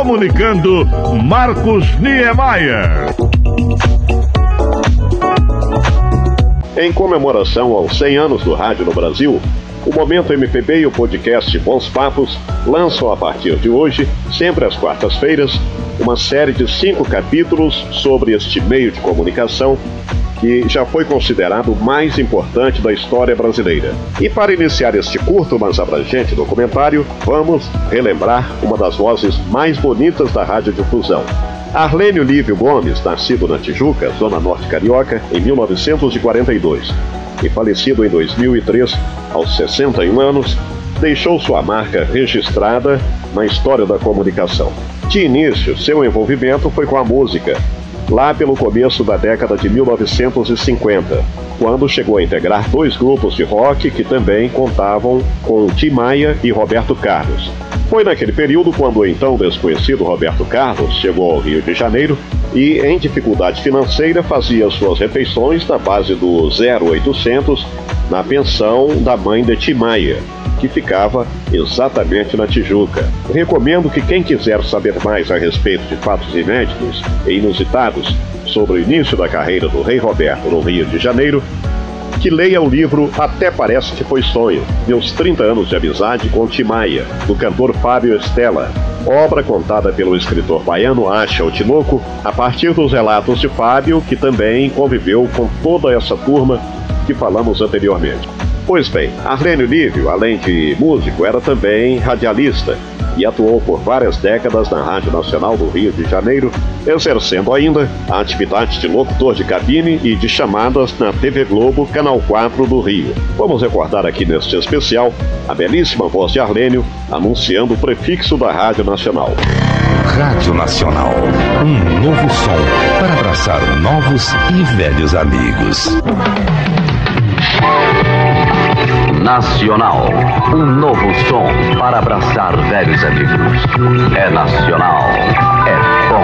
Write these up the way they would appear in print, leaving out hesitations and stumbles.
comunicando Marcos Niemeyer. Em comemoração aos 100 anos do rádio no Brasil, o Momento MPB e o podcast Bons Papos lançam a partir de hoje, sempre às quartas-feiras, uma série de 5 capítulos sobre este meio de comunicação que já foi considerado o mais importante da história brasileira. E para iniciar este curto, mas abrangente documentário, vamos relembrar uma das vozes mais bonitas da radiodifusão. Arlênio Lívio Gomes, nascido na Tijuca, zona norte carioca, em 1942, e falecido em 2003, aos 61 anos, deixou sua marca registrada na história da comunicação. De início, seu envolvimento foi com a música, lá pelo começo da década de 1950, quando chegou a integrar 2 grupos de rock que também contavam com Tim Maia e Roberto Carlos. Foi naquele período quando o então desconhecido Roberto Carlos chegou ao Rio de Janeiro e, em dificuldade financeira, fazia suas refeições na base do 0800, na pensão da mãe de Tim Maia, que ficava exatamente na Tijuca. Recomendo que quem quiser saber mais a respeito de fatos inéditos e inusitados sobre o início da carreira do Rei Roberto no Rio de Janeiro, que leia o livro Até Parece Que Foi Sonho, meus 30 anos de amizade com Tim Maia, do cantor Fábio Estela, obra contada pelo escritor baiano Acha o Tinoco, a partir dos relatos de Fábio, que também conviveu com toda essa turma que falamos anteriormente. Pois bem, Arlênio Lívio, além de músico, era também radialista e atuou por várias décadas na Rádio Nacional do Rio de Janeiro, exercendo ainda a atividade de locutor de cabine e de chamadas na TV Globo, Canal 4 do Rio. Vamos recordar aqui neste especial a belíssima voz de Arlênio anunciando o prefixo da Rádio Nacional. Rádio Nacional, um novo som para abraçar novos e velhos amigos. Nacional, um novo som para abraçar velhos amigos. É nacional, é bom.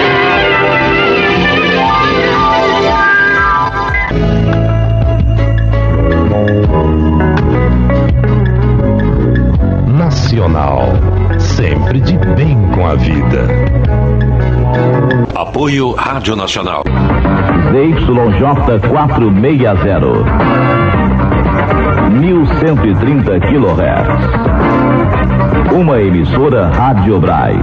Nacional, sempre de bem com a vida. Apoio Rádio Nacional. ZYJ 460. 1130 kHz. Uma emissora Rádio Brás.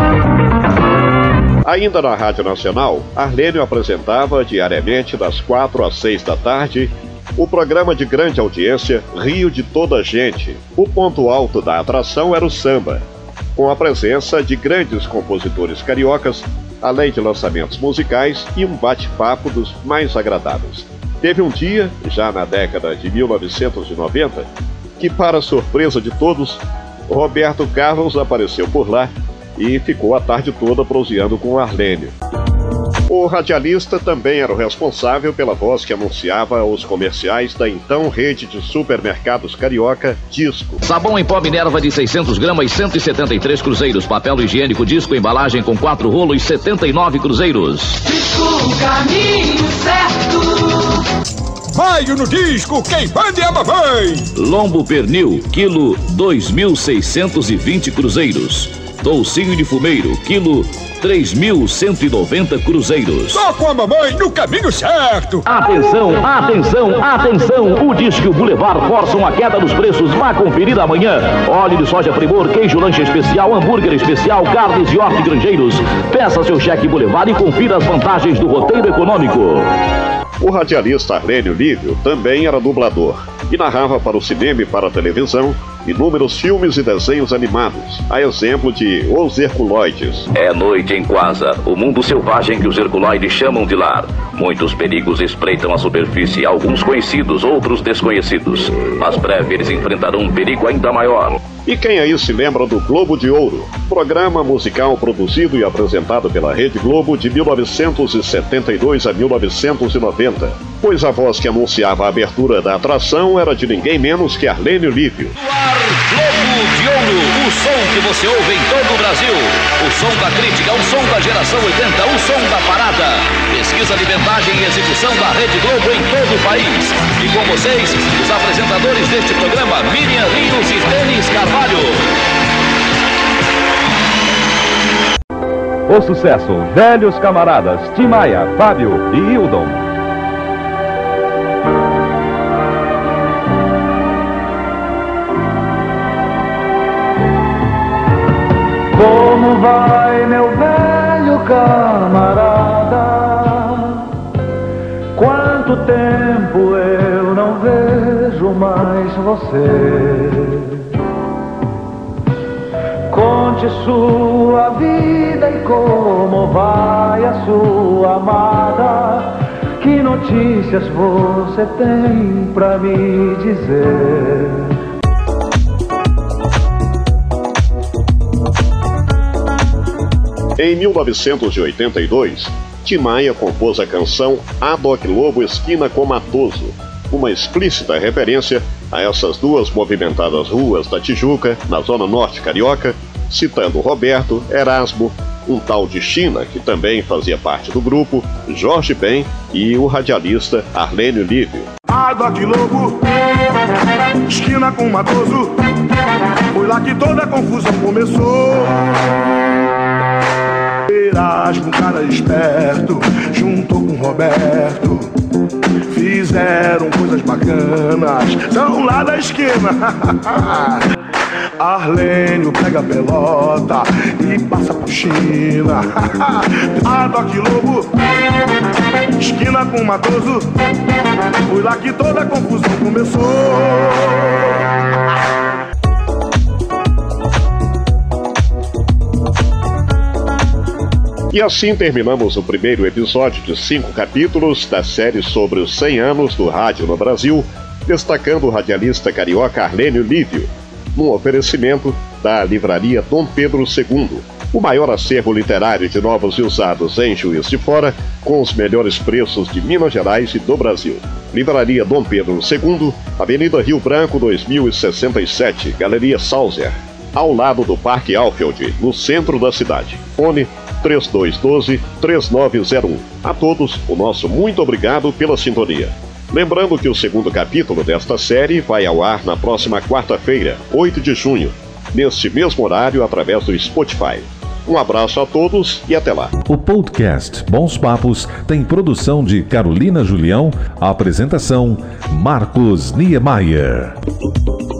Ainda na Rádio Nacional, Arlênio apresentava diariamente das 4 às 6 da tarde o programa de grande audiência Rio de Toda a Gente. O ponto alto da atração era o samba, com a presença de grandes compositores cariocas, além de lançamentos musicais e um bate-papo dos mais agradáveis. Teve um dia, já na década de 1990, que, para surpresa de todos, Roberto Carlos apareceu por lá e ficou a tarde toda proseando com Arlênio. O radialista também era o responsável pela voz que anunciava os comerciais da então rede de supermercados carioca Disco. Sabão em pó Minerva de 600 gramas, 173 cruzeiros. Papel higiênico Disco, embalagem com 4 rolos, 79 cruzeiros. Disco, o caminho certo. Vai no Disco, quem manda é a mamãe. Lombo pernil, quilo 2.620 cruzeiros. Toucinho de fumeiro, quilo 3.190 cruzeiros. Só com a mamãe no caminho certo. Atenção, atenção, atenção. O Disco Boulevard forçam a queda dos preços. Vá conferir amanhã. Óleo de soja Primor, queijo lanche especial, hambúrguer especial, carnes e hortigranjeiros. Peça seu cheque Boulevard e confira as vantagens do roteiro econômico. O radialista Arlênio Lívio também era dublador e narrava para o cinema e para a televisão inúmeros filmes e desenhos animados, a exemplo de Os Herculoides. É noite em Quasa, o mundo selvagem que os Herculoides chamam de lar. Muitos perigos espreitam a superfície, alguns conhecidos, outros desconhecidos. Mas breve eles enfrentarão um perigo ainda maior. E quem aí se lembra do Globo de Ouro, programa musical produzido e apresentado pela Rede Globo de 1972 a 1990, pois a voz que anunciava a abertura da atração era de ninguém menos que Arlênio Lívio. Globo de Ouro, o som que você ouve em todo o Brasil. O som da crítica, o som da geração 80, o som da parada. Pesquisa de vendagem e execução da Rede Globo em todo o país. E com vocês, os apresentadores deste programa, Miriam Rios e Denis Carvalho. O sucesso Velhos Camaradas, Tim Maia, Fábio e Hildon. Como vai, meu velho camarada? Quanto tempo eu não vejo mais você? Conte sua vida e como vai a sua amada. Que notícias você tem pra me dizer? Em 1982, Tim Maia compôs a canção A Doc Lobo Esquina com Matoso, uma explícita referência a essas duas movimentadas ruas da Tijuca, na zona norte carioca, citando Roberto, Erasmo, um tal de China, que também fazia parte do grupo, Jorge Ben e o radialista Arlênio Lívio. A Doc Lobo, esquina com Matoso, foi lá que toda a confusão começou. Erasmo, cara esperto, juntou com Roberto, fizeram coisas bacanas, são lá da esquina. Arlênio pega a pelota e passa por China. A Doc Lobo, esquina com Matoso, foi lá que toda a confusão começou. E assim terminamos o primeiro episódio de 5 capítulos da série sobre os 100 anos do rádio no Brasil, destacando o radialista carioca Arlênio Lívio, num oferecimento da livraria Dom Pedro II, o maior acervo literário de novos e usados em Juiz de Fora, com os melhores preços de Minas Gerais e do Brasil. Livraria Dom Pedro II, Avenida Rio Branco 2067, Galeria Sauser, ao lado do Parque Alfield, no centro da cidade. Fone 3212-3901. A todos, o nosso muito obrigado pela sintonia. Lembrando que o segundo capítulo desta série vai ao ar na próxima quarta-feira, 8 de junho, neste mesmo horário através do Spotify. Um abraço a todos e até lá. O podcast Bons Papos tem produção de Carolina Julião, apresentação Marcos Niemeyer.